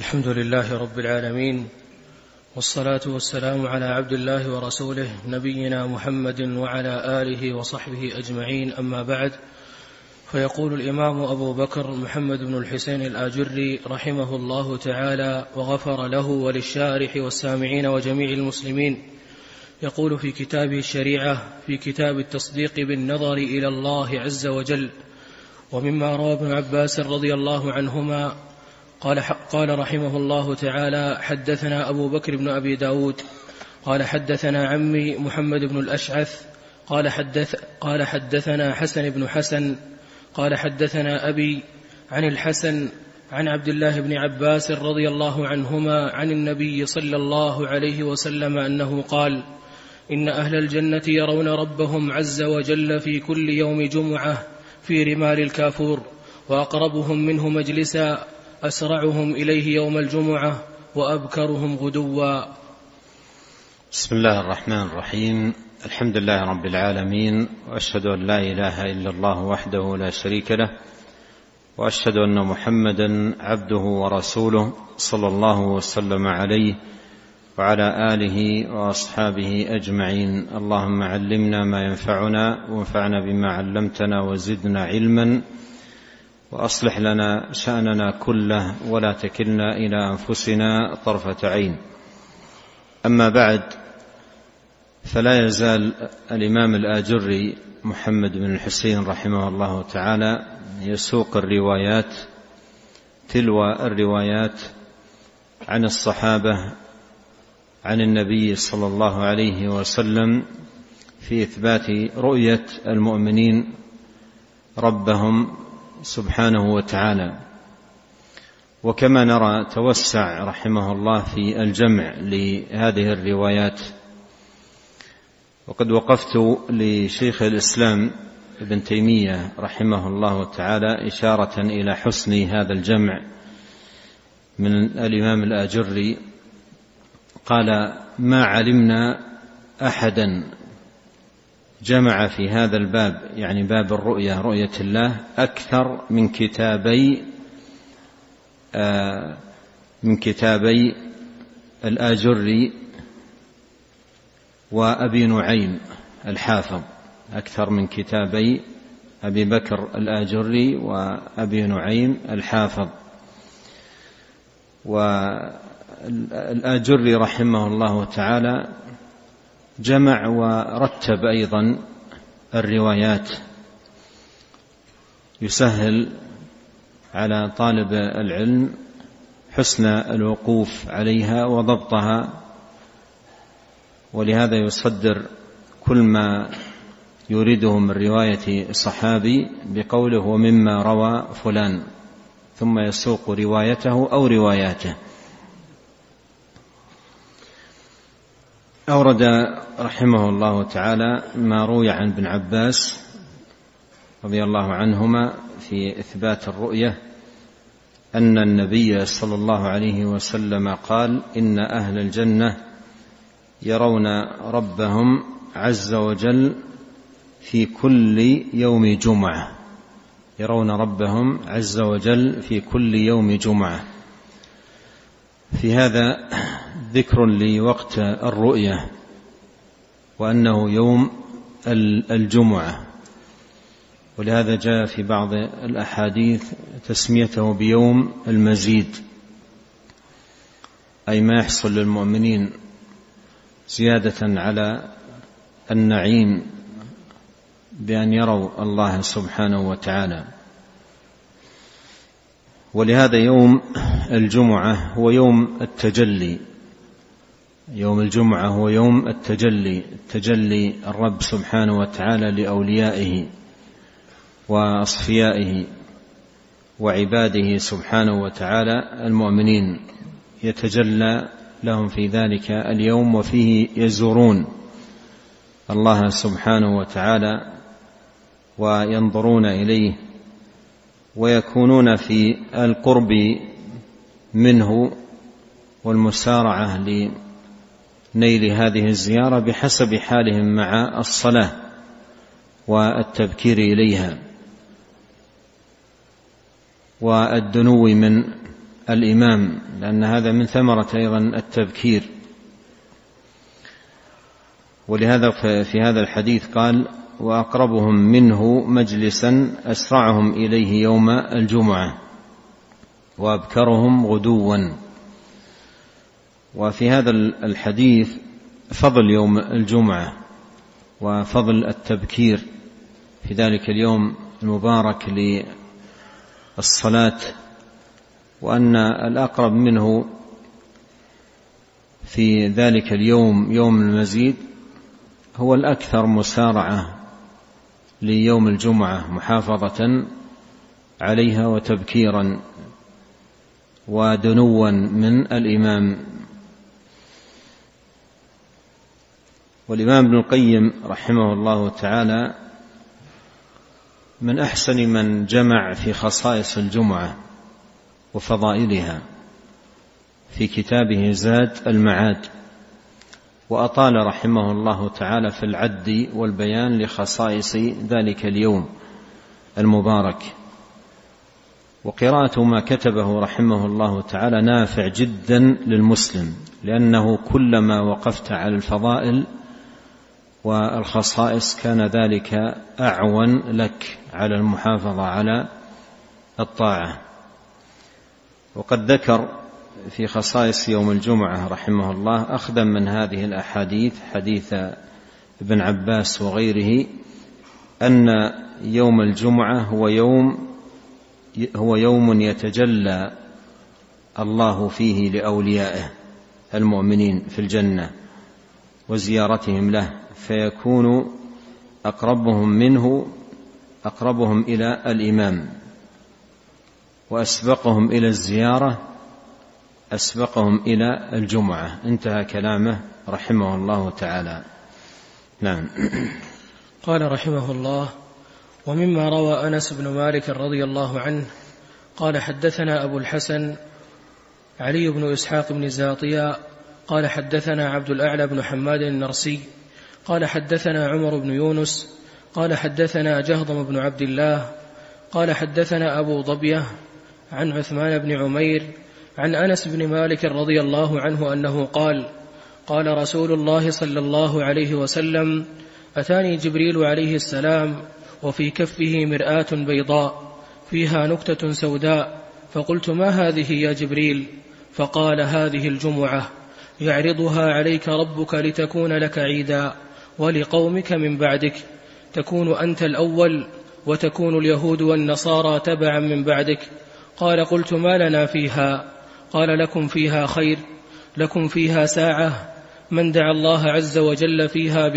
الحمد لله رب العالمين، والصلاة والسلام على عبد الله ورسوله نبينا محمد وعلى آله وصحبه أجمعين، أما بعد. فيقول الإمام أبو بكر محمد بن الحسين الآجري رحمه الله تعالى وغفر له وللشارح والسامعين وجميع المسلمين، يقول في كتابه الشريعة في كتاب التصديق بالنظر إلى الله عز وجل: ومما روى ابن عباس رضي الله عنهما قال رحمه الله تعالى: حدثنا أبو بكر بن أبي داود قال حدثنا عمي محمد بن الأشعث قال حدثنا حسن بن حسن قال حدثنا أبي عن الحسن عن عبد الله بن عباس رضي الله عنهما عن النبي صلى الله عليه وسلم أنه قال: إن أهل الجنة يرون ربهم عز وجل في كل يوم جمعة في رمال الكافور، وأقربهم منه مجلسا أسرعهم إليه يوم الجمعة وأبكرهم غدوا. بسم الله الرحمن الرحيم. الحمد لله رب العالمين، وأشهد أن لا إله إلا الله وحده لا شريك له، وأشهد أن محمدا عبده ورسوله صلى الله وسلم عليه وعلى آله وأصحابه أجمعين. اللهم علمنا ما ينفعنا وانفعنا بما علمتنا وزدنا علما، وأصلح لنا شأننا كله ولا تكلنا إلى أنفسنا طرفة عين. أما بعد، فلا يزال الإمام الآجري محمد بن الحسين رحمه الله تعالى يسوق الروايات تلو الروايات عن الصحابة عن النبي صلى الله عليه وسلم في إثبات رؤية المؤمنين ربهم سبحانه وتعالى. وكما نرى توسع رحمه الله في الجمع لهذه الروايات، وقد وقفت لشيخ الإسلام ابن تيمية رحمه الله تعالى إشارة إلى حسن هذا الجمع من الإمام الآجري. قال: ما علمنا أحدا جمع في هذا الباب، يعني باب الرؤية، رؤية الله، أكثر من كتابي الآجري وأبي نعيم الحافظ، أكثر من كتابي أبي بكر الآجري وأبي نعيم الحافظ. والآجري رحمه الله تعالى جمع ورتب أيضا الروايات، يسهل على طالب العلم حسن الوقوف عليها وضبطها، ولهذا يصدر كل ما يريده من رواية صحابي بقوله: ومما روى فلان، ثم يسوق روايته أو رواياته. أورد رحمه الله تعالى ما روي عن ابن عباس رضي الله عنهما في إثبات الرؤية، أن النبي صلى الله عليه وسلم قال: إن أهل الجنة يرون ربهم عز وجل في كل يوم جمعة، يرون ربهم عز وجل في كل يوم جمعة. في هذا ذكر لوقت الرؤية، وأنه يوم الجمعة، ولهذا جاء في بعض الأحاديث تسميته بيوم المزيد، أي ما يحصل للمؤمنين زيادة على النعيم بأن يروا الله سبحانه وتعالى. ولهذا يوم الجمعة هو يوم التجلي، يوم الجمعة هو يوم التجلي الرب سبحانه وتعالى لأوليائه وأصفيائه وعباده سبحانه وتعالى المؤمنين، يتجلى لهم في ذلك اليوم، وفيه يزورون الله سبحانه وتعالى وينظرون إليه ويكونون في القرب منه والمسارعة لنيل هذه الزيارة بحسب حالهم مع الصلاة والتبكير إليها والدنو من الإمام، لأن هذا من ثمرة أيضا التبكير. ولهذا في هذا الحديث قال: وأقربهم منه مجلسا أسرعهم إليه يوم الجمعة وأبكرهم غدوا. وفي هذا الحديث فضل يوم الجمعة وفضل التبكير في ذلك اليوم المبارك للصلاة، وأن الأقرب منه في ذلك اليوم يوم المزيد هو الأكثر مسارعة ليوم الجمعة، محافظة عليها وتبكيرا ودنوا من الإمام. والإمام ابن القيم رحمه الله تعالى من أحسن من جمع في خصائص الجمعة وفضائلها في كتابه زاد المعاد، وأطال رحمه الله تعالى في العد والبيان لخصائص ذلك اليوم المبارك. وقراءة ما كتبه رحمه الله تعالى نافع جدا للمسلم، لأنه كلما وقفت على الفضائل والخصائص كان ذلك أعون لك على المحافظة على الطاعة. وقد ذكر في خصائص يوم الجمعة رحمه الله أخذا من هذه الأحاديث حديث ابن عباس وغيره أن يوم الجمعة هو يوم يتجلى الله فيه لأوليائه المؤمنين في الجنة وزيارتهم له، فيكون أقربهم منه أقربهم إلى الإمام، وأسبقهم إلى الزيارة أسبقهم إلى الجمعة. انتهى كلامه رحمه الله تعالى. نعم. قال رحمه الله: ومما روى أنس بن مالك رضي الله عنه قال: حدثنا أبو الحسن علي بن إسحاق بن زاطيا قال: حدثنا عبد الأعلى بن حماد النرسي قال: حدثنا عمر بن يونس قال: حدثنا جهضم بن عبد الله قال: حدثنا أبو ضبية عن عثمان بن عمير عن أنس بن مالك رضي الله عنه أنه قال: قال رسول الله صلى الله عليه وسلم: أتاني جبريل عليه السلام وفي كفه مرآة بيضاء فيها نكتة سوداء، فقلت: ما هذه يا جبريل؟ فقال: هذه الجمعة يعرضها عليك ربك لتكون لك عيدا ولقومك من بعدك، تكون أنت الأول وتكون اليهود والنصارى تبعا من بعدك. قال: قلت: ما لنا فيها؟ قال: لكم فيها خير، لكم فيها ساعة من دعا الله عز وجل فيها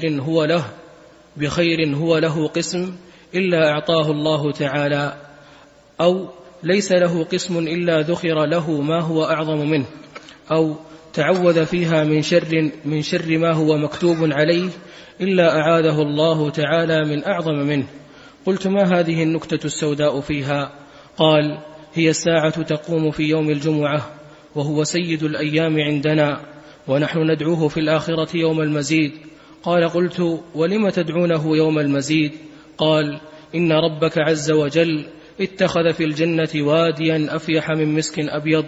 بخير هو له قسم إلا أعطاه الله تعالى، أو ليس له قسم إلا ذخر له ما هو أعظم منه، أو تعوذ فيها من شر ما هو مكتوب عليه إلا أعاذه الله تعالى من أعظم منه. قلت: ما هذه النكتة السوداء فيها؟ قال: هي الساعة تقوم في يوم الجمعة، وهو سيد الأيام عندنا، ونحن ندعوه في الآخرة يوم المزيد. قال: قلت: ولم تدعونه يوم المزيد؟ قال: إن ربك عز وجل اتخذ في الجنة واديا أفيح من مسك أبيض،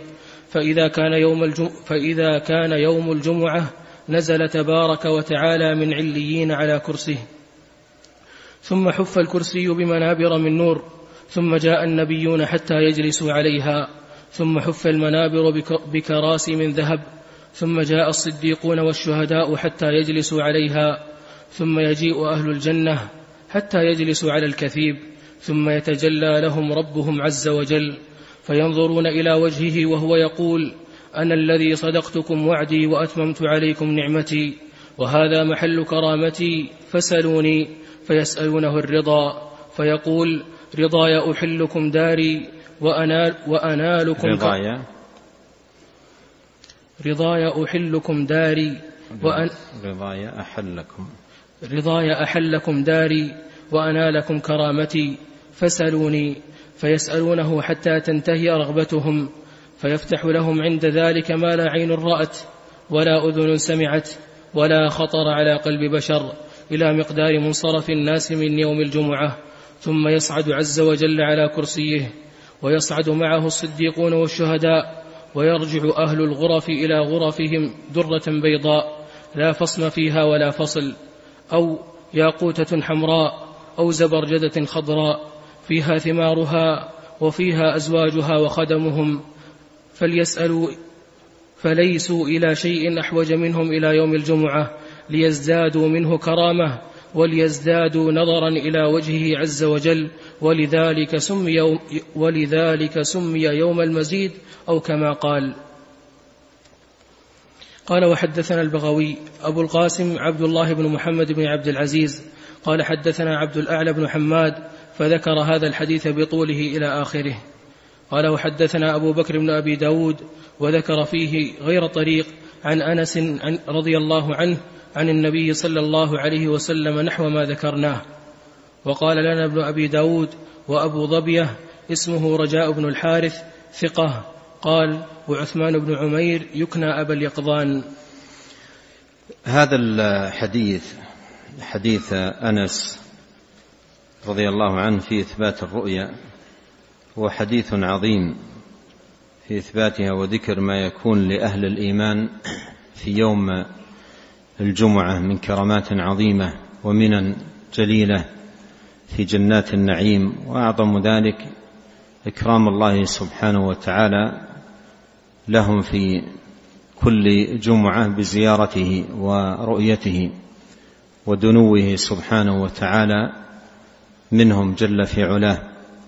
فإذا كان يوم الجمعة نزل تبارك وتعالى من عليين على كرسيه، ثم حف الكرسي بمنابر من نور، ثم جاء النبيون حتى يجلسوا عليها، ثم حف المنابر بكراسي من ذهب، ثم جاء الصديقون والشهداء حتى يجلسوا عليها، ثم يجيء أهل الجنة حتى يجلسوا على الكثيب، ثم يتجلى لهم ربهم عز وجل فينظرون إلى وجهه وهو يقول: أنا الذي صدقتكم وعدي وأتممت عليكم نعمتي، وهذا محل كرامتي، فسلوني. فيسألونه الرضا، فيقول: رضاي أحلكم داري وأنالكم رضاي أحلكم داري رضاي أحلكم داري وأنالكم كرامتي، فسلوني. فيسألونه حتى تنتهي رغبتهم، فيفتح لهم عند ذلك ما لا عين رأت ولا أذن سمعت ولا خطر على قلب بشر، إلى مقدار منصرف الناس من يوم الجمعة، ثم يصعد عز وجل على كرسيه، ويصعد معه الصديقون والشهداء، ويرجع أهل الغرف إلى غرفهم درة بيضاء لا فصم فيها ولا فصل، أو ياقوتة حمراء، أو زبرجدة خضراء فيها ثمارها وفيها أزواجها وخدمهم، فليسوا إلى شيء أحوج منهم إلى يوم الجمعة، ليزدادوا منه كرامة وليزدادوا نظرا إلى وجهه عز وجل، ولذلك سمي يوم المزيد، أو كما قال. قال: وحدثنا البغوي أبو القاسم عبد الله بن محمد بن عبد العزيز قال: حدثنا عبد الأعلى بن حماد، فذكر هذا الحديث بطوله إلى آخره. قال: وحدثنا أبو بكر بن أبي داود، وذكر فيه غير طريق عن أنس رضي الله عنه عن النبي صلى الله عليه وسلم نحو ما ذكرناه. وقال لنا ابن أبي داود: وأبو ضبية اسمه رجاء بن الحارث ثقة. قال: وعثمان بن عمير يكنى أبا اليقظان. هذا الحديث حديث أنس رضي الله عنه في إثبات الرؤيا هو حديث عظيم في إثباتها وذكر ما يكون لأهل الإيمان في يوم الجمعة من كرامات عظيمة ومنن جليلة في جنات النعيم، وأعظم ذلك إكرام الله سبحانه وتعالى لهم في كل جمعة بزيارته ورؤيته ودنوه سبحانه وتعالى منهم جل في علاه.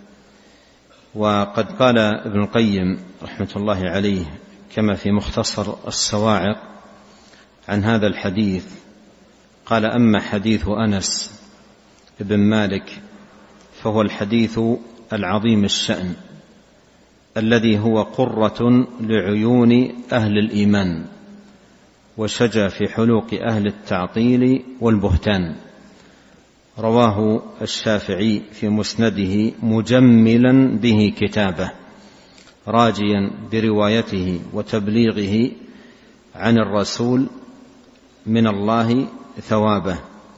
وقد قال ابن القيم رحمة الله عليه كما في مختصر الصواعق عن هذا الحديث، قال: أما حديث أنس بن مالك فهو الحديث العظيم الشأن الذي هو قرة لعيون أهل الإيمان وشجى في حلوق أهل التعطيل والبهتان. رواه الشافعي في مسنده مجملا به كتابه، راجيا بروايته وتبليغه عن الرسول من الله ثوابه.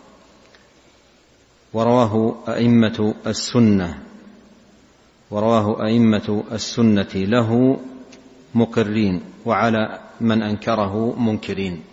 ورواه أئمة السنة له مقرين، وعلى من أنكره منكرين.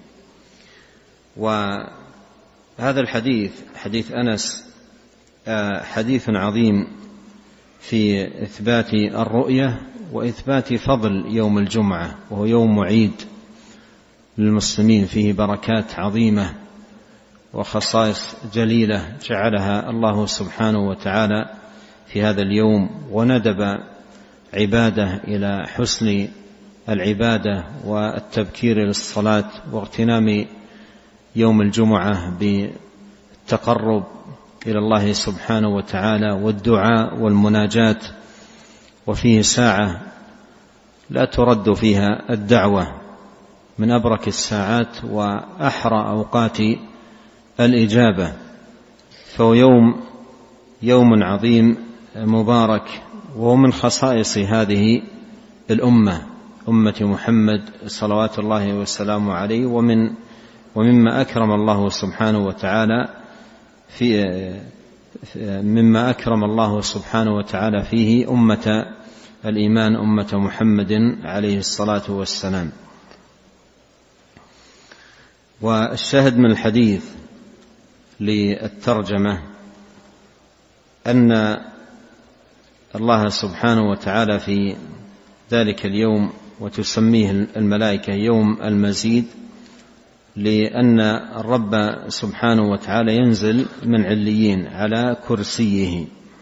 وهذا الحديث حديث أنس حديث عظيم في إثبات الرؤية وإثبات فضل يوم الجمعة، وهو يوم عيد للمسلمين فيه بركات عظيمة وخصائص جليلة جعلها الله سبحانه وتعالى في هذا اليوم، وندب عباده إلى حسن العبادة والتبكير للصلاة واغتنام يوم الجمعة بالتقرب إلى الله سبحانه وتعالى والدعاء والمناجاة. وفيه ساعة لا ترد فيها الدعوة، من أبرك الساعات وأحرى أوقات الإجابة. فهو يوم عظيم مبارك، وهو من خصائص هذه الأمة، أمة محمد صلوات الله وسلامه عليه، ومما أكرم الله سبحانه وتعالى مما أكرم الله سبحانه وتعالى فيه أمة الإيمان، أمة محمد عليه الصلاة والسلام. والشاهد من الحديث للترجمة أن الله سبحانه وتعالى في ذلك اليوم وتسميه الملائكة يوم المزيد، لأن الرب سبحانه وتعالى ينزل من عليين على كرسيه،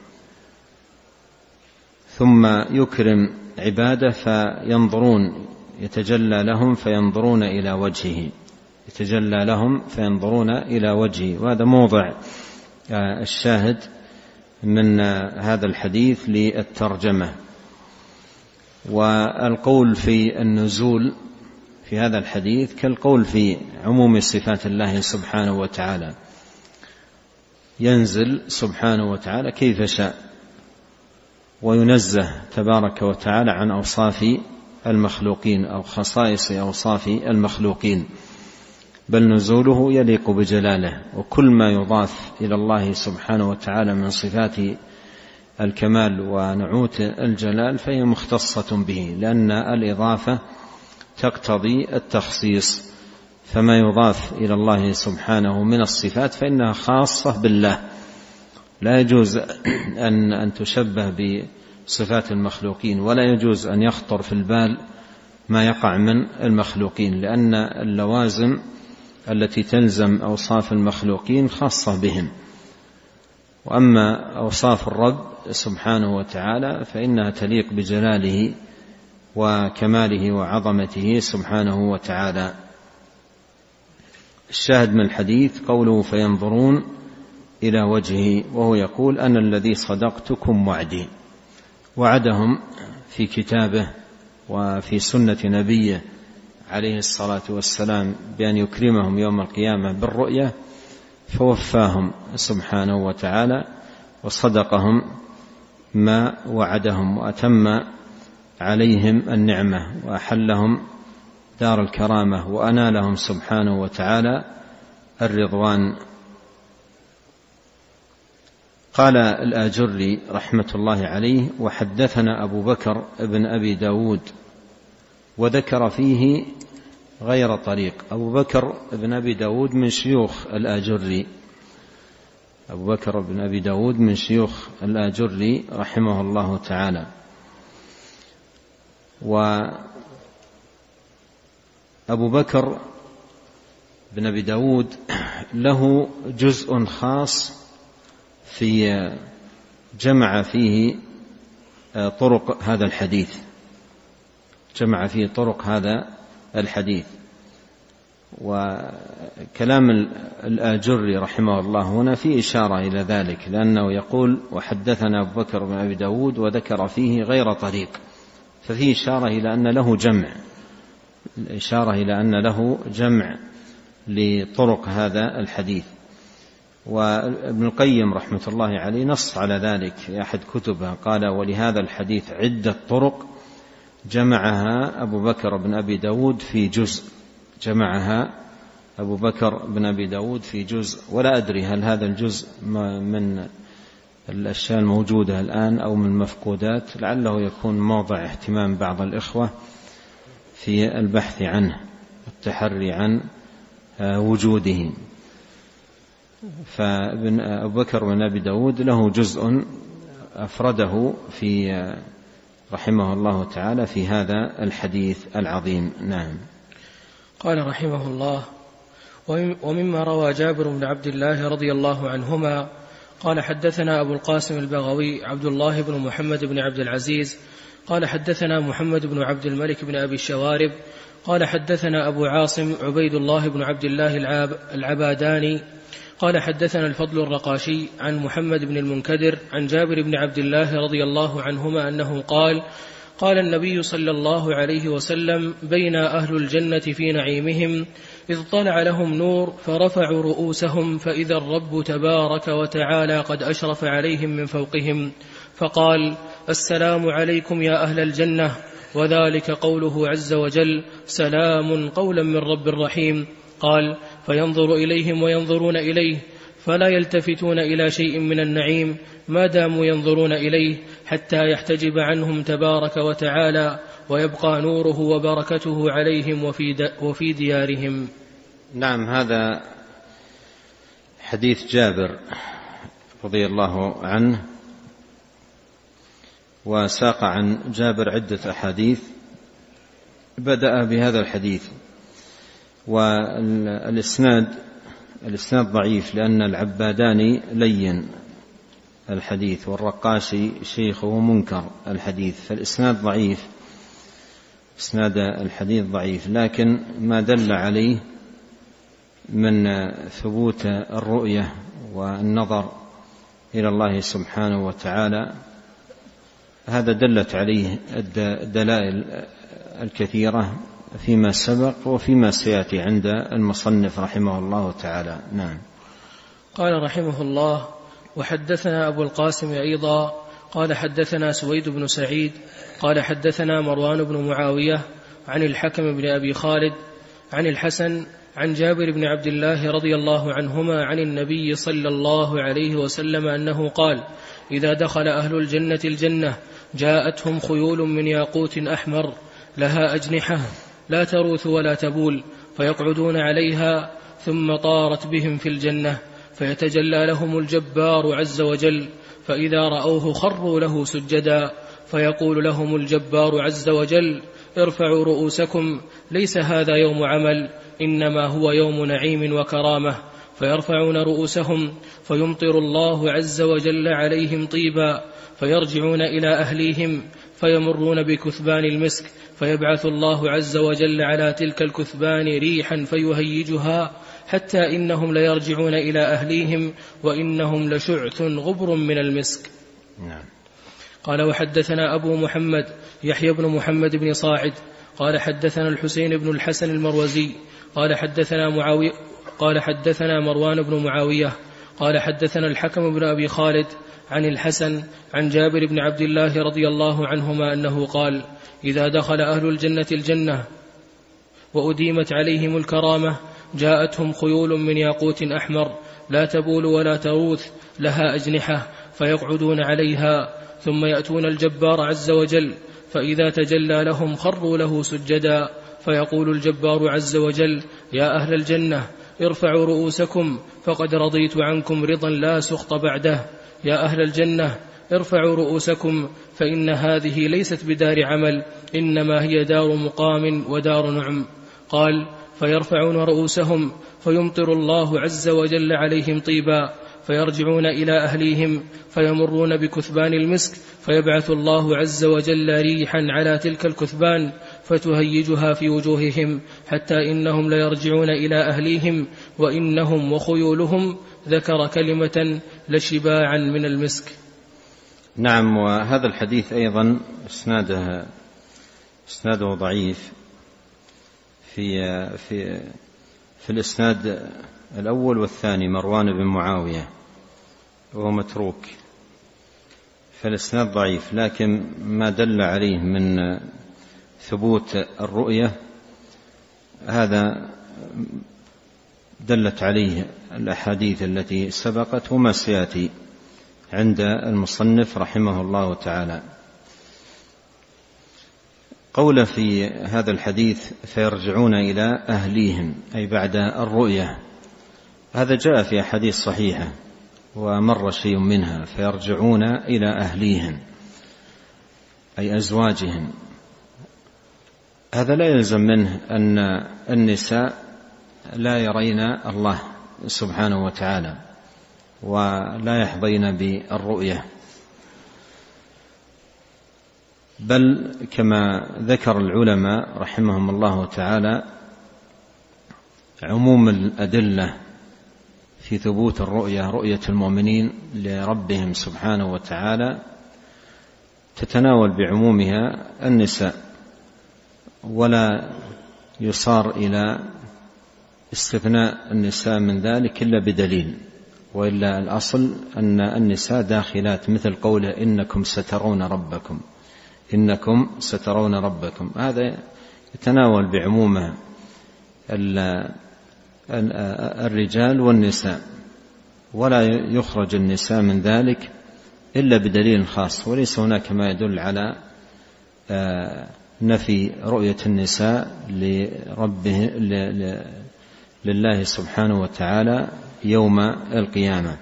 ثم يكرم عباده فينظرون يتجلى لهم فينظرون إلى وجهه. وهذا موضع الشاهد من هذا الحديث للترجمة. والقول في النزول في هذا الحديث كالقول في عموم صفات الله سبحانه وتعالى، ينزل سبحانه وتعالى كيف شاء، وينزه تبارك وتعالى عن أوصاف المخلوقين أو خصائص أوصاف المخلوقين، بل نزوله يليق بجلاله. وكل ما يضاف إلى الله سبحانه وتعالى من صفات الكمال ونعوت الجلال فهي مختصة به، لأن الإضافة تقتضي التخصيص، فما يضاف إلى الله سبحانه من الصفات فإنها خاصة بالله، لا يجوز أن تشبه بصفات المخلوقين، ولا يجوز أن يخطر في البال ما يقع من المخلوقين، لأن اللوازم التي تلزم أوصاف المخلوقين خاصة بهم، وأما أوصاف الرب سبحانه وتعالى فإنها تليق بجلاله وكماله وعظمته سبحانه وتعالى. الشاهد من الحديث قوله فينظرون إلى وجهه، وهو يقول أنا الذي صدقتكم وعدي، وعدهم في كتابه وفي سنة نبيه عليه الصلاة والسلام بأن يكرمهم يوم القيامة بالرؤية، فوفاهم سبحانه وتعالى وصدقهم ما وعدهم، وأتم عليهم النعمة وأحلهم دار الكرامة، وأنالهم سبحانه وتعالى الرضوان. قال الآجري رحمة الله عليه وحدثنا أبو بكر بن أبي داود، وذكر فيه غير طريق. أبو بكر بن أبي داود من شيوخ الآجري، أبو بكر بن أبي داود من شيوخ الآجري رحمه الله تعالى. وأبو بكر بن أبي داود له جزء خاص في جمع فيه طرق هذا الحديث، جمع فيه طرق هذا الحديث. وكلام الآجري رحمه الله هنا في إشارة إلى ذلك، لأنه يقول وحدثنا أبو بكر بن أبي داود وذكر فيه غير طريق، ففيه إشارة إلى أن له جمع، إشارة إلى أن له جمع لطرق هذا الحديث. وابن القيم رحمة الله عليه نص على ذلك في أحد كتبه، قال ولهذا الحديث عدة طرق جمعها أبو بكر بن أبي داود في جزء، جمعها أبو بكر بن أبي داود في جزء، ولا أدري هل هذا الجزء من الأشياء الموجودة الآن أو من مفقودات، لعله يكون موضع اهتمام بعض الإخوة في البحث عنه والتحري عن وجوده. فأبو بكر بن أبي داود له جزء أفرده في رحمه الله تعالى في هذا الحديث العظيم. نعم. قال رحمه الله ومما روى جابر بن عبد الله رضي الله عنهما قال حدثنا أبو القاسم البغوي عبد الله بن محمد بن عبد العزيز قال حدثنا محمد بن عبد الملك بن أبي الشوارب قال حدثنا أبو عاصم عبيد الله بن عبد الله العباداني قال حدثنا الفضل الرقاشي عن محمد بن المنكدر عن جابر بن عبد الله رضي الله عنهما أنه قال النبي صلى الله عليه وسلم بين أهل الجنة في نعيمهم إذ طلع لهم نور فرفعوا رؤوسهم فإذا الرب تبارك وتعالى قد أشرف عليهم من فوقهم فقال السلام عليكم يا أهل الجنة، وذلك قوله عز وجل سلام قولا من رب رحيم. قال فينظر إليهم وينظرون إليه فلا يلتفتون إلى شيء من النعيم ما داموا ينظرون إليه حتى يحتجب عنهم تبارك وتعالى ويبقى نوره وبركته عليهم وفي ديارهم. نعم. هذا حديث جابر رضي الله عنه، وساق عن جابر عدة أحاديث، بدأ بهذا الحديث. والإسناد ضعيف لأن العباداني لين الحديث والرقاشي شيخه منكر الحديث، فالإسناد ضعيف، إسناد الحديث ضعيف، لكن ما دل عليه من ثبوت الرؤية والنظر إلى الله سبحانه وتعالى هذا دلت عليه الدلائل الكثيرة فيما سبق وفيما سيأتي عند المصنف رحمه الله تعالى. نعم. قال رحمه الله وحدثنا أبو القاسم أيضا قال حدثنا سويد بن سعيد قال حدثنا مروان بن معاوية عن الحكم بن أبي خالد عن الحسن عن جابر بن عبد الله رضي الله عنهما عن النبي صلى الله عليه وسلم أنه قال إذا دخل أهل الجنة الجنة جاءتهم خيول من ياقوت أحمر لها أجنحة لا تروث ولا تبول، فيقعدون عليها ثم طارت بهم في الجنة، فيتجلى لهم الجبار عز وجل، فإذا رأوه خروا له سجدا، فيقول لهم الجبار عز وجل: ارفعوا رؤوسكم، ليس هذا يوم عمل، إنما هو يوم نعيم وكرامة. فيرفعون رؤوسهم فيمطر الله عز وجل عليهم طيبا، فيرجعون إلى أهليهم فيمرون بكثبان المسك، فيبعث الله عز وجل على تلك الكثبان ريحا فيهيجها، حتى إنهم ليرجعون إلى أهليهم وإنهم لشعث غبر من المسك. نعم. قال: وحدثنا أبو محمد يحيى بن محمد بن صاعد قال حدثنا الحسين بن الحسن المروزي قال حدثنا مروان بن معاوية قال حدثنا الحكم بن أبي خالد عن الحسن عن جابر بن عبد الله رضي الله عنهما أنه قال: إذا دخل أهل الجنة الجنة وأديمت عليهم الكرامة جاءتهم خيول من ياقوت أحمر لا تبول ولا تروث لها أجنحة، فيقعدون عليها، ثم يأتون الجبار عز وجل، فإذا تجلى لهم خروا له سجدا، فيقول الجبار عز وجل: يا أهل الجنة ارفعوا رؤوسكم، فقد رضيت عنكم رضا لا سخط بعده. يا أهل الجنة ارفعوا رؤوسكم، فإن هذه ليست بدار عمل، إنما هي دار مقام ودار نعم. قال: فيرفعون رؤوسهم فيمطر الله عز وجل عليهم طيبا، فيرجعون إلى أهليهم فيمرون بكثبان المسك، فيبعث الله عز وجل ريحا على تلك الكثبان فتهيجها في وجوههم، حتى إنهم ليرجعون إلى أهليهم وإنهم وخيولهم ذكر كلمة لشباعا من المسك. نعم. وهذا الحديث أيضا اسناده ضعيف. في الإسناد الأول والثاني مروان بن معاوية وهو متروك، فالإسناد ضعيف، لكن ما دل عليه من ثبوت الرؤية هذا دلت عليه الأحاديث التي سبقت وما سيأتي عند المصنف رحمه الله تعالى. قول في هذا الحديث فيرجعون إلى أهليهم أي بعد الرؤية، هذا جاء في أحاديث صحيحة ومر شيء منها، فيرجعون إلى أهليهم أي أزواجهم. هذا لا يلزم منه أن النساء لا يرين الله سبحانه وتعالى ولا يحظين بالرؤية، بل كما ذكر العلماء رحمهم الله تعالى عموم الأدلة في ثبوت الرؤية، رؤية المؤمنين لربهم سبحانه وتعالى تتناول بعمومها النساء، ولا يصار إلى استثناء النساء من ذلك إلا بدليل، وإلا الأصل أن النساء داخلات، مثل قوله إنكم سترون ربكم، هذا يتناول بعمومه الرجال والنساء، ولا يخرج النساء من ذلك إلا بدليل خاص، وليس هناك ما يدل على نفي رؤية النساء لله سبحانه وتعالى يوم القيامة.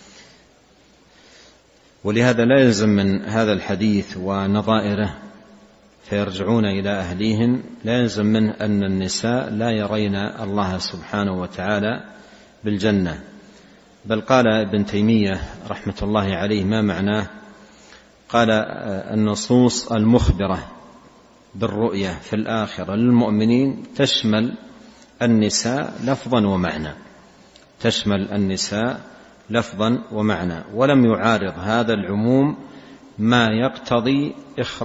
ولهذا لا يلزم من هذا الحديث ونظائره فيرجعون إلى أهليهم، لا يلزم منه أن النساء لا يرين الله سبحانه وتعالى بالجنة. بل قال ابن تيمية رحمة الله عليه ما معناه؟ قال: النصوص المخبرة بالرؤية في الآخرة للمؤمنين تشمل النساء لفظا ومعنى، ولم يعارض هذا العموم ما يقتضي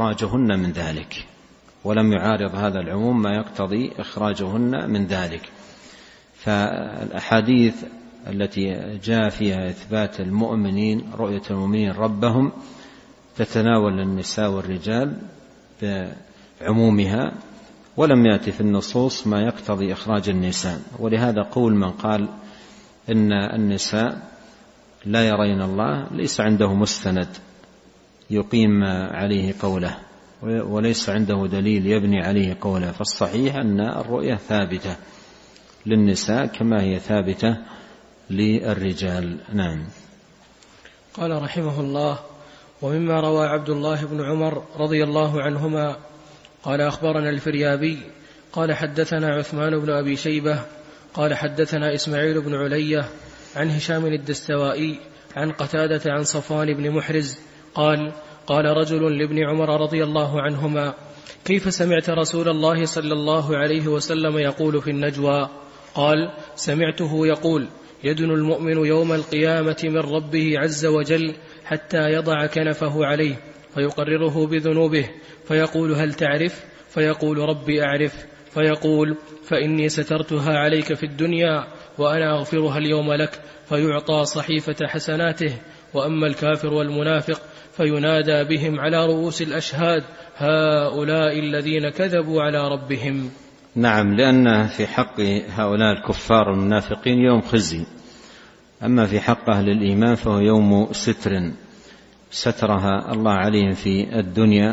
إخراجهن من ذلك. فالأحاديث التي جاء فيها إثبات رؤية المؤمنين ربهم تتناول النساء والرجال بعمومها، ولم يأتي في النصوص ما يقتضي إخراج النساء. ولهذا قول من قال إن النساء لا يرين الله ليس عنده مستند يقيم عليه قوله، وليس عنده دليل يبني عليه قوله. فالصحيح أن الرؤية ثابتة للنساء كما هي ثابتة للرجال. نعم. قال رحمه الله: ومما روى عبد الله بن عمر رضي الله عنهما قال أخبرنا الفريابي قال حدثنا عثمان بن أبي شيبة قال حدثنا إسماعيل بن علية عن هشام الدستوائي عن قتادة عن صفوان بن محرز قال: قال رجل لابن عمر رضي الله عنهما: كيف سمعت رسول الله صلى الله عليه وسلم يقول في النجوى؟ قال: سمعته يقول: يدن المؤمن يوم القيامة من ربه عز وجل حتى يضع كنفه عليه فيقرره بذنوبه فيقول: هل تعرف؟ فيقول: ربي أعرف. فيقول: فإني سترتها عليك في الدنيا وأنا أغفرها اليوم لك، فيعطى صحيفة حسناته. وأما الكافر والمنافق فينادى بهم على رؤوس الأشهاد: هؤلاء الذين كذبوا على ربهم. نعم، لأن في حق هؤلاء الكفار والمنافقين يوم خزي، أما في حق أهل الإيمان فهو يوم ستر سترها الله عليهم في الدنيا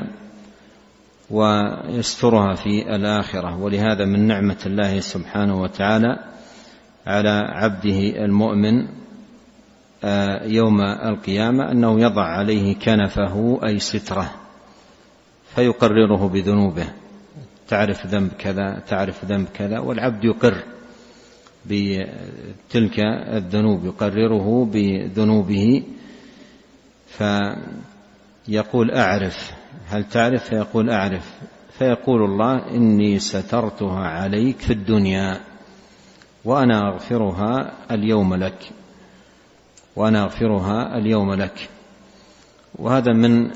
ويسترها في الآخرة. ولهذا من نعمة الله سبحانه وتعالى على عبده المؤمن يوم القيامة أنه يضع عليه كنفه أي ستره فيقرره بذنوبه، تعرف ذنب كذا تعرف ذنب كذا، والعبد يقر بتلك الذنوب، يقرره بذنوبه فيقول: أعرف. هل تعرف؟ فيقول: أعرف. فيقول الله: إني سترتها عليك في الدنيا وأنا أغفرها اليوم لك، وأنا أغفرها اليوم لك. وهذا من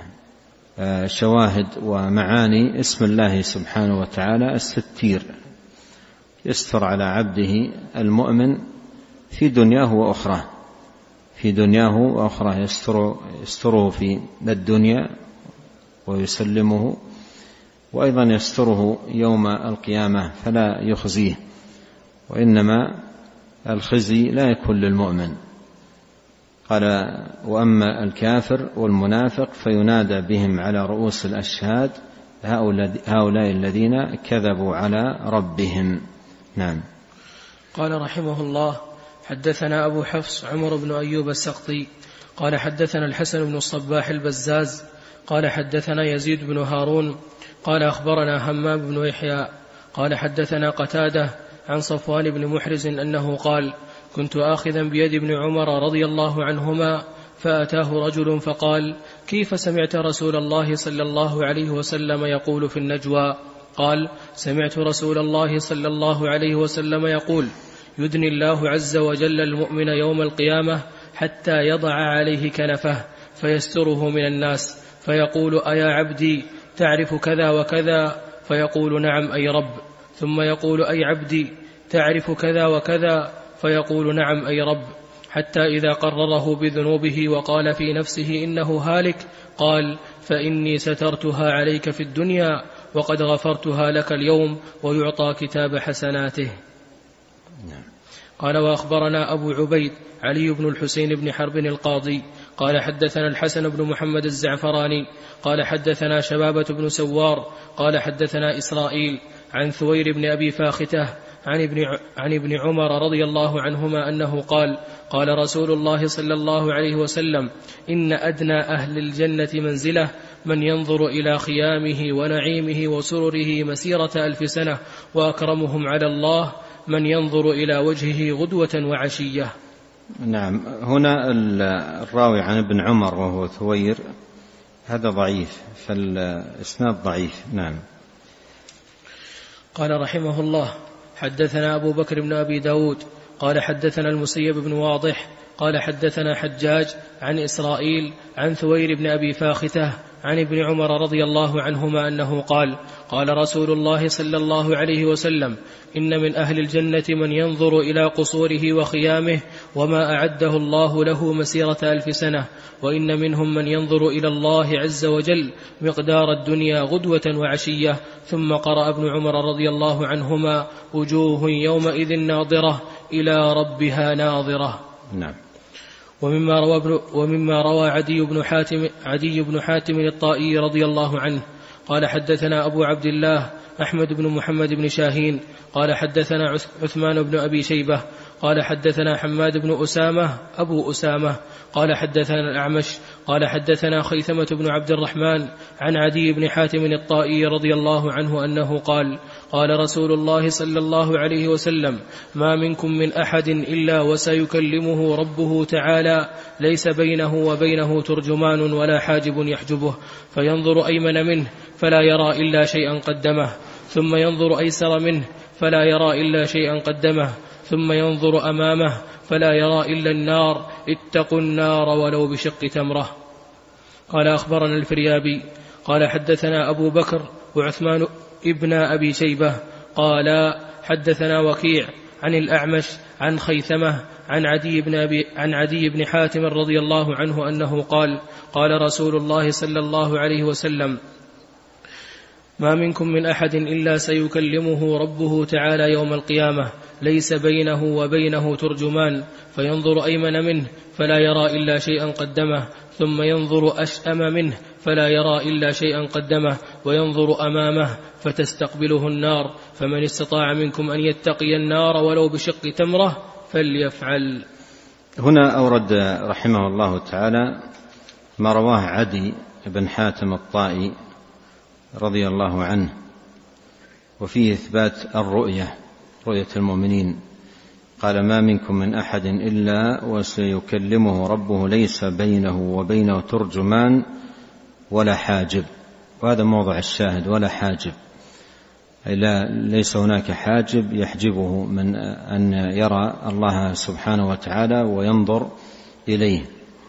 شواهد ومعاني اسم الله سبحانه وتعالى الستير، يستر على عبده المؤمن في دنياه وأخرى، في دنياه وأخرى يستره في الدنيا ويسلمه، وأيضا يستره يوم القيامة فلا يخزيه. وإنما الخزي لا يكون للمؤمن. قال: وأما الكافر والمنافق فينادى بهم على رؤوس الأشهاد: هؤلاء الذين كذبوا على ربهم. نعم. قال رحمه الله: حدثنا أبو حفص عمر بن أيوب السقطي قال حدثنا الحسن بن الصباح البزاز قال حدثنا يزيد بن هارون قال أخبرنا همام بن يحيى قال حدثنا قتادة عن صفوان بن محرز أنه قال: كنت آخذا بيد ابن عمر رضي الله عنهما فأتاه رجل فقال: كيف سمعت رسول الله صلى الله عليه وسلم يقول في النجوى؟ قال: سمعت رسول الله صلى الله عليه وسلم يقول: يدني الله عز وجل المؤمن يوم القيامة حتى يضع عليه كنفه فيستره من الناس فيقول: أيا عبدي تعرف كذا وكذا؟ فيقول: نعم أي رب. ثم يقول: أي عبدي تعرف كذا وكذا؟ فيقول: نعم أي رب. حتى إذا قرره بذنوبه وقال في نفسه إنه هالك قال: فإني سترتها عليك في الدنيا وقد غفرتها لك اليوم، ويعطى كتاب حسناته. قال: وأخبرنا أبو عبيد علي بن الحسين بن حرب القاضي قال حدثنا الحسن بن محمد الزعفراني قال حدثنا شبابة بن سوار قال حدثنا إسرائيل عن ثوير بن أبي فاختة عن ابن عمر رضي الله عنهما أنه قال: قال رسول الله صلى الله عليه وسلم: إن أدنى أهل الجنة منزلة من ينظر إلى خيامه ونعيمه وسرره مسيرة 1000 سنة، وأكرمهم على الله من ينظر إلى وجهه غدوة وعشية. نعم. هنا الراوي عن ابن عمر وهو ثوير هذا ضعيف، فالإسناد ضعيف. نعم. قال رحمه الله: حدثنا أبو بكر بن أبي داود قال حدثنا المسيب بن واضح قال حدثنا حجاج عن إسرائيل عن ثوير بن أبي فاختة عن ابن عمر رضي الله عنهما أنه قال: قال رسول الله صلى الله عليه وسلم: إن من أهل الجنة من ينظر إلى قصوره وخيامه وما أعده الله له مسيرة 1000 سنة، وإن منهم من ينظر إلى الله عز وجل مقدار الدنيا غدوة وعشية. ثم قرأ ابن عمر رضي الله عنهما: وجوه يومئذ ناظرة إلى ربها ناظرة. نعم. ومما روى عدي بن حاتم الطائي رضي الله عنه قال حدثنا أبو عبد الله أحمد بن محمد بن شاهين قال حدثنا عثمان بن أبي شيبة قال حدثنا حماد بن أسامة أبو أسامة قال حدثنا الأعمش قال حدثنا خيثمة بن عبد الرحمن عن عدي بن حاتم الطائي رضي الله عنه أنه قال قال رسول الله صلى الله عليه وسلم ما منكم من أحد إلا وسيكلمه ربه تعالى ليس بينه وبينه ترجمان ولا حاجب يحجبه فينظر أيمن منه فلا يرى إلا شيئا قدمه ثم ينظر أيسر منه فلا يرى إلا شيئا قدمه ثم ينظر أمامه فلا يرى إلا النار اتقوا النار ولو بشق تمرة. قال أخبرنا الفريابي قال حدثنا أبو بكر وعثمان ابن أبي شيبة قال حدثنا وكيع عن الأعمش عن خيثمة عن عدي بن حاتم رضي الله عنه أنه قال قال رسول الله صلى الله عليه وسلم ما منكم من أحد إلا سيكلمه ربه تعالى يوم القيامة ليس بينه وبينه ترجمان فينظر أيمن منه فلا يرى إلا شيئا قدمه ثم ينظر أشأم منه فلا يرى إلا شيئا قدمه وينظر أمامه فتستقبله النار فمن استطاع منكم أن يتقي النار ولو بشق تمرة فليفعل. هنا أورد رحمه الله تعالى ما رواه عدي بن حاتم الطائي رضي الله عنه وفيه إثبات الرؤية رؤية المؤمنين. قال ما منكم من أحد إلا وسيكلمه ربه ليس بينه وبينه ترجمان ولا حاجب، وهذا موضع الشاهد، ولا حاجب أي ليس هناك حاجب يحجبه من أن يرى الله سبحانه وتعالى وينظر إليه.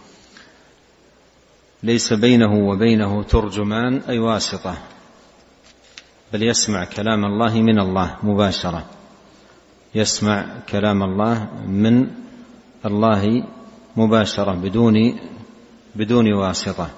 ليس بينه وبينه ترجمان أي واسطة، بل يسمع كلام الله من الله مباشرة، يسمع كلام الله من الله مباشرة بدون واسطة.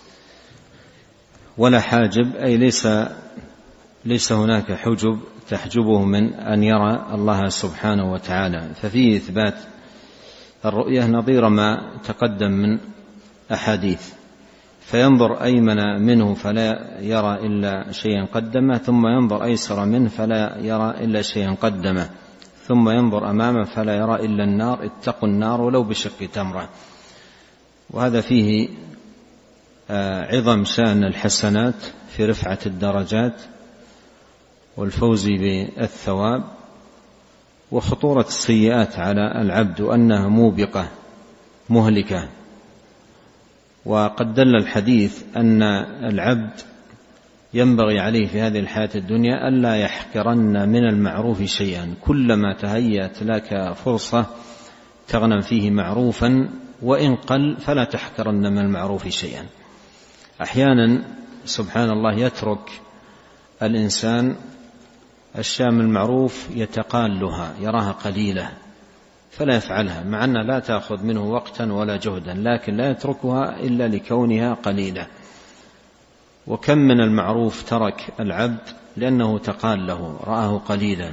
ولا حاجب أي ليس هناك حجب تحجبه من أن يرى الله سبحانه وتعالى. ففيه إثبات الرؤية نظير ما تقدم من أحاديث. فينظر أيمن منه فلا يرى إلا شيئا قدمه ثم ينظر أيسر منه فلا يرى إلا شيئا قدمه ثم ينظر أمامه فلا يرى إلا النار اتقوا النار ولو بشق تمرة. وهذا فيه عظم شأن الحسنات في رفعة الدرجات والفوز بالثواب، وخطورة السيئات على العبد وأنها موبقة مهلكة. وقد دل الحديث أن العبد ينبغي عليه في هذه الحياة الدنيا ألا يحقرن من المعروف شيئا، كلما تهيأت لك فرصة تغنم فيه معروفا وإن قل فلا تحقرن من المعروف شيئا. أحيانا سبحان الله يترك الإنسان أشياء من المعروف يتقالها يراها قليلة فلا يفعلها، مع أنها لا تأخذ منه وقتا ولا جهدا، لكن لا يتركها إلا لكونها قليلة. وكم من المعروف ترك العبد لأنه تقال له رآه قليلا.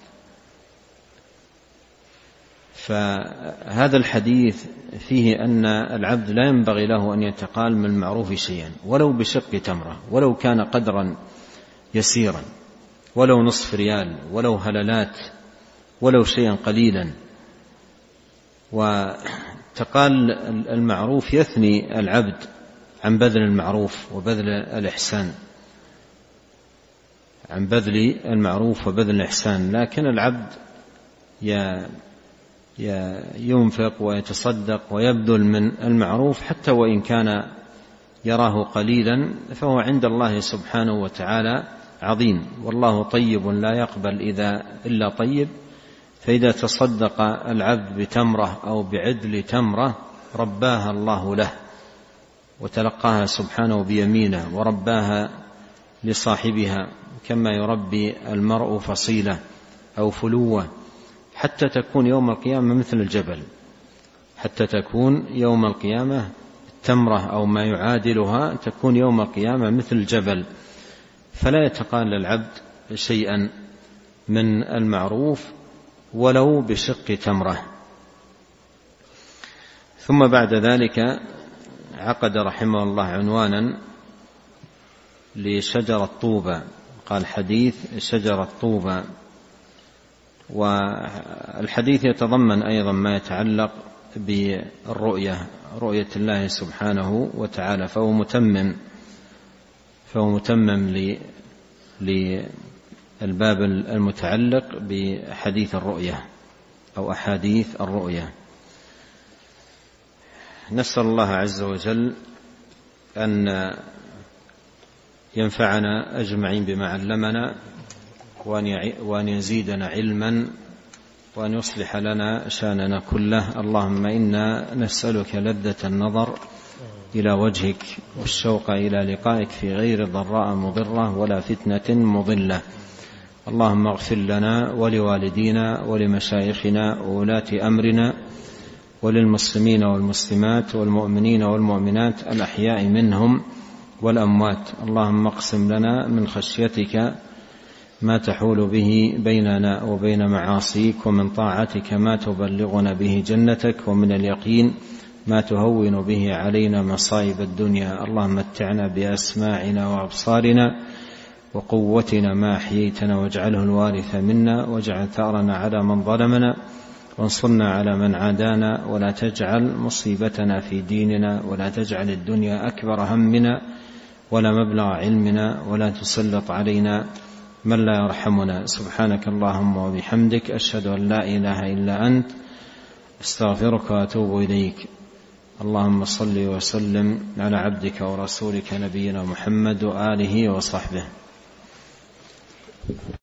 فهذا الحديث فيه أن العبد لا ينبغي له أن يتقال من المعروف شيئا ولو بشق تمرة، ولو كان قدرا يسيرا، ولو نصف ريال، ولو هللات، ولو شيئا قليلا. وتقال المعروف يثني العبد عن بذل المعروف وبذل الإحسان، عن بذل المعروف وبذل الإحسان. لكن العبد ينفق ويتصدق ويبذل من المعروف حتى وإن كان يراه قليلا، فهو عند الله سبحانه وتعالى عظيم. والله طيب لا يقبل إلا طيب. فإذا تصدق العبد بتمرة أو بعدل تمرة رباها الله له وتلقاها سبحانه بيمينه ورباها لصاحبها كما يربي المرء فصيلة أو فلوة، حتى تكون يوم القيامة مثل الجبل، حتى تكون يوم القيامة تمرة أو ما يعادلها تكون يوم القيامة مثل الجبل. فلا يتقال العبد شيئا من المعروف ولو بشق تمرة. ثم بعد ذلك عقد رحمه الله عنوانا لشجرة طوبى، قال حديث شجرة طوبى. والحديث يتضمن أيضا ما يتعلق بالرؤية، رؤية الله سبحانه وتعالى، فهو متمم للباب المتعلق بحديث الرؤية أو أحاديث الرؤية. نسأل الله عز وجل أن ينفعنا أجمعين بما علمنا، وأن يزيدنا علما، وأن يصلح لنا شأننا كله. اللهم إنا نسألك لذة النظر إلى وجهك والشوق إلى لقائك في غير ضراء مضرة ولا فتنة مضلة. اللهم اغفر لنا ولوالدينا ولمشايخنا وولاة أمرنا وللمسلمين والمسلمات والمؤمنين والمؤمنات الأحياء منهم والأموات. اللهم اقسم لنا من خشيتك ما تحول به بيننا وبين معاصيك، ومن طاعتك ما تبلغنا به جنتك، ومن اليقين ما تهون به علينا مصائب الدنيا. اللهم متعنا بأسماعنا وأبصارنا وقوتنا ما أحييتنا، واجعله الوارث منا، واجعل ثأرنا على من ظلمنا، وانصرنا على من عادانا، ولا تجعل مصيبتنا في ديننا، ولا تجعل الدنيا أكبر همنا ولا مبلغ علمنا، ولا تسلط علينا من لا يرحمنا. سبحانك اللهم وبحمدك، أشهد أن لا إله إلا أنت، استغفرك وأتوب إليك. اللهم صل وسلم على عبدك ورسولك نبينا محمد وآله وصحبه.